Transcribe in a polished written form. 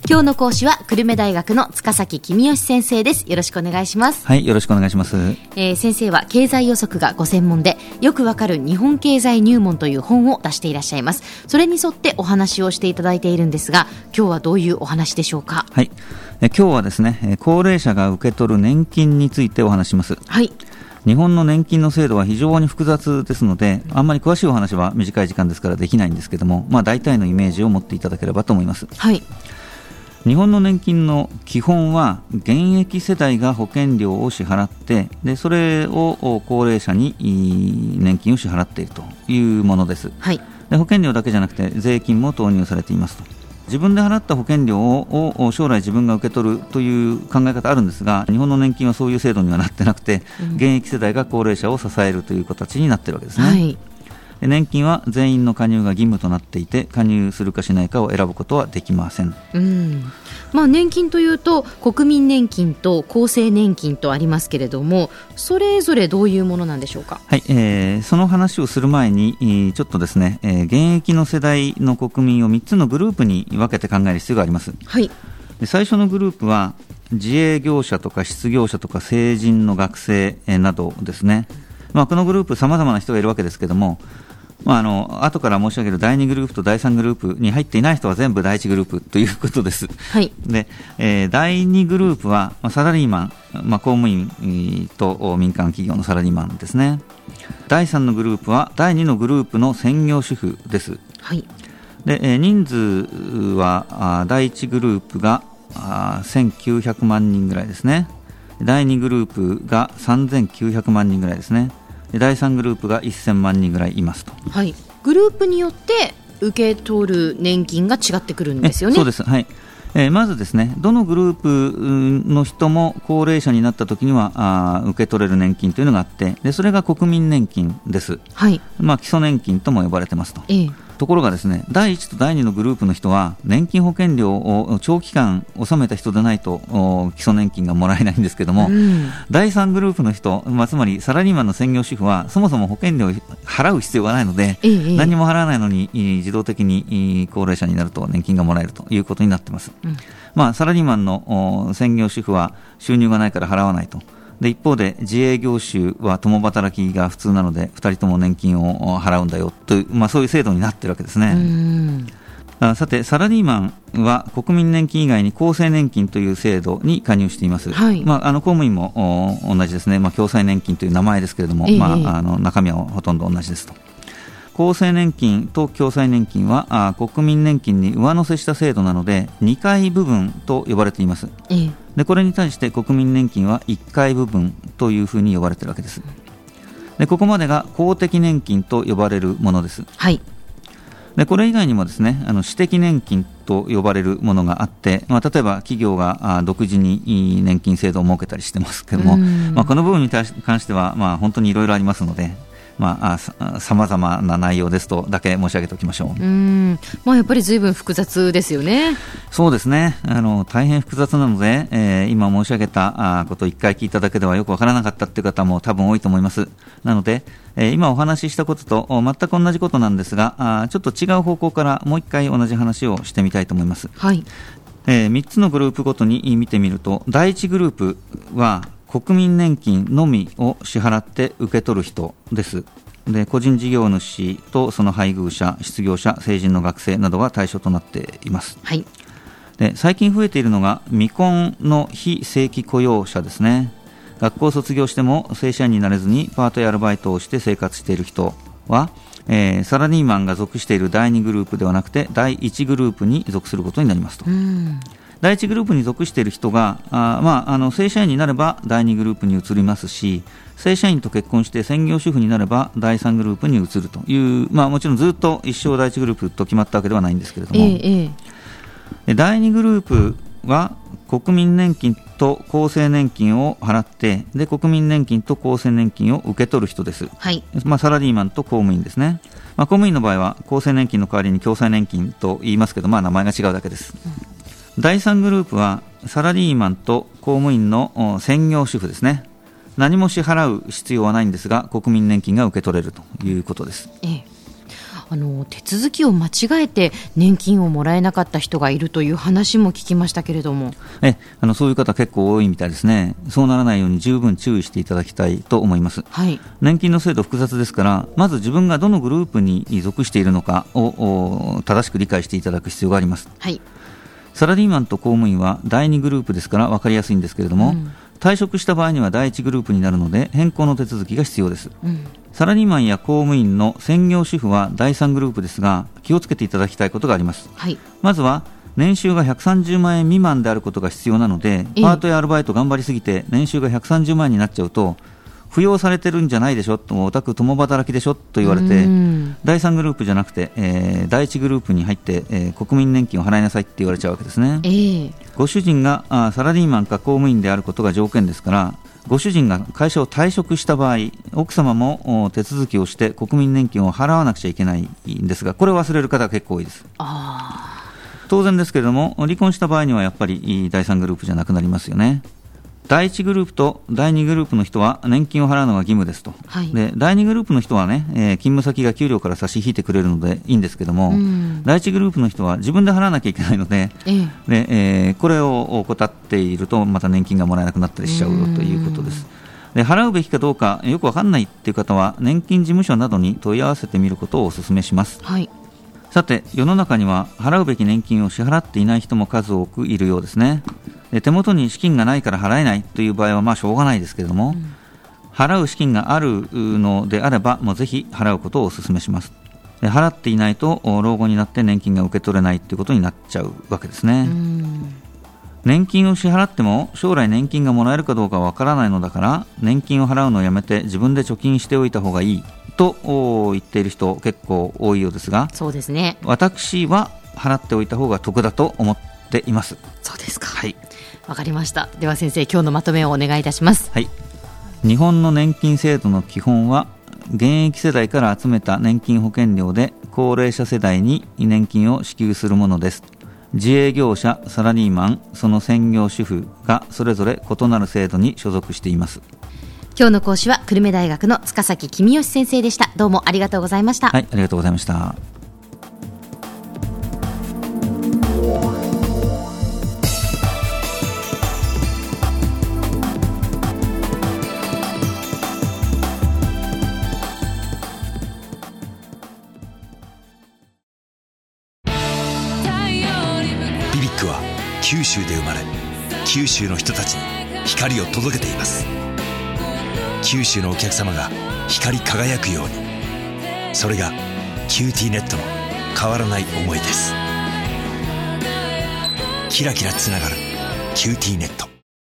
今日の講師は久留米大学の塚崎公義先生です。よろしくお願いします。 はい、よろしくお願いします。 先生は経済予測がご専門で、よくわかる日本経済入門という本を出していらっしゃいます。それに沿ってお話をしていただいているんですが、今日はどういうお話でしょうか。 はい、今日はですね、高齢者が受け取る年金についてお話します。 はい。 日本の年金の制度は非常に複雑ですので、あんまり詳しいお話は短い時間ですからできないんですけども、大体のイメージを持っていただければと思います。 はい。 日本の年金の基本は現役世代が保険料を支払って、でそれを高齢者に年金を支払っているというものです。 はい。 で保険料だけじゃなくて税金も投入されていますと。自分で払った保険料を将来自分が受け取るという考え方あるんですが、日本の年金はそういう制度にはなってなくて、現役世代が高齢者を支えるという形になっているわけですね。はい。年金は全員の加入が義務となっていて、加入するかしないかを選ぶことはできません。 年金というと国民年金と厚生年金とありますけれども、それぞれどういうものなんでしょうか。 はい、その話をする前にちょっとですね、現役の世代の国民を3つのグループに分けて考える必要があります。 はい。 で最初のグループは自営業者とか失業者とか成人の学生などですね。このグループ様々な人がいるわけですけれども、後から申し上げる第2グループと第3グループに入っていない人は全部第1グループということです。 はい。 で、第2グループはサラリーマン、公務員と民間企業のサラリーマンですね。第3のグループは第2のグループの専業主婦です。 はい。 で、人数は第1グループが1900万人ぐらいですね。第2グループが3900万人ぐらいですね。第3グループが1000万人ぐらいいますと。 はい。グループによって受け取る年金が違ってくるんですよね。 そうです。はい。まずですね、どのグループの人も高齢者になった時には受け取れる年金というのがあって、でそれが国民年金です。はい。基礎年金とも呼ばれてますと。ところがですね、第1と第2のグループの人は年金保険料を長期間納めた人でないと基礎年金がもらえないんですけども、第3グループの人、つまりサラリーマンの専業主婦はそもそも保険料を払う必要がないので、何も払わないのに自動的に高齢者になると年金がもらえるということになっています。サラリーマンの専業主婦は収入がないから払わないと。で一方で自営業種は共働きが普通なので2人とも年金を払うんだよという、そういう制度になっているわけですね。さてサラリーマンは国民年金以外に厚生年金という制度に加入しています。はい。公務員も同じですね。共済年金という名前ですけれども、中身はほとんど同じですと。厚生年金と共済年金は国民年金に上乗せした制度なので2階部分と呼ばれています。でこれに対して国民年金は1階部分というふうに呼ばれているわけです。でここまでが公的年金と呼ばれるものです。はい。でこれ以外にもですね、私的年金と呼ばれるものがあって、例えば企業が独自に年金制度を設けたりしてますけども、この部分に関しては本当にいろいろありますので、様々な内容ですとだけ申し上げておきましょう。 やっぱり随分複雑ですよね。 そうですね。大変複雑なので、今申し上げたことを1回聞いただけではよくわからなかったという方も多分多いと思います。なので、今お話ししたことと全く同じことなんですが、ちょっと違う方向からもう1回同じ話をしてみたいと思います。はい。3つのグループごとに見てみると、第1グループは国民年金のみを支払って受け取る人です。で個人事業主とその配偶者、失業者、成人の学生などが対象となっています。はい。で最近増えているのが未婚の非正規雇用者ですね。学校を卒業しても正社員になれずにパートやアルバイトをして生活している人は、サラリーマンが属している第2グループではなくて第1グループに属することになりますと。第1グループに属している人が正社員になれば第2グループに移りますし、正社員と結婚して専業主婦になれば第3グループに移るという、もちろんずっと一生第1グループと決まったわけではないんですけれども、第2グループは国民年金と厚生年金を払って、で国民年金と厚生年金を受け取る人です。はい。サラリーマンと公務員ですね。公務員の場合は厚生年金の代わりに共済年金と言いますけど、名前が違うだけです。第3グループはサラリーマンと公務員の専業主婦ですね。何も支払う必要はないんですが国民年金が受け取れるということです。 手続きを間違えて年金をもらえなかった人がいるという話も聞きましたけれども、 そういう方結構多いみたいですね。そうならないように十分注意していただきたいと思います。はい、年金の制度複雑ですから、まず自分がどのグループに属しているのかを正しく理解していただく必要があります。はい、サラリーマンと公務員は第2グループですから分かりやすいんですけれども、退職した場合には第1グループになるので変更の手続きが必要です。サラリーマンや公務員の専業主婦は第3グループですが、気をつけていただきたいことがあります。はい、まずは年収が130万円未満であることが必要なので、パートやアルバイト頑張りすぎて年収が130万円になっちゃうと、扶養されてるんじゃないでしょと、お宅共働きでしょと言われて、第3グループじゃなくて、第1グループに入って、国民年金を払いなさいって言われちゃうわけですね。ご主人がサラリーマンか公務員であることが条件ですから、ご主人が会社を退職した場合、奥様も手続きをして国民年金を払わなくちゃいけないんですが、これを忘れる方が結構多いです。当然ですけれども、離婚した場合にはやっぱり第3グループじゃなくなりますよね。第1グループと第2グループの人は年金を払うのが義務ですと、はい、で第2グループの人はね、勤務先が給料から差し引いてくれるのでいいんですけども、第1グループの人は自分で払わなきゃいけないので、これを怠っているとまた年金がもらえなくなったりしちゃうということです。で払うべきかどうかよく分かんないという方は年金事務所などに問い合わせてみることをお勧めします。はい、さて、世の中には払うべき年金を支払っていない人も数多くいるようですね。で手元に資金がないから払えないという場合はまあしょうがないですけれども、払う資金があるのであればもうぜひ払うことをお勧めします。で払っていないと老後になって年金が受け取れないということになっちゃうわけですね。年金を支払っても将来年金がもらえるかどうかわからないのだから、年金を払うのをやめて自分で貯金しておいた方がいいと言っている人結構多いようですが、 そうですね、 私は払っておいた方が得だと思っています。 そうですか。 はい、 わかりました。では先生、今日のまとめをお願いいたします。 はい、日本の年金制度の基本は現役世代から集めた年金保険料で高齢者世代に年金を支給するものです。自営業者、サラリーマン、その専業主婦がそれぞれ異なる制度に所属しています。 今日の講師は久留米大学の塚崎公義先生でした。どうもありがとうございました。 はい、ありがとうございました。 ビビックは九州で生まれ、九州の人たちに光を届けています。九州のお客様が光り輝くように、それがキューティーネットの変わらない思いです。キラキラつながるキューティーネット。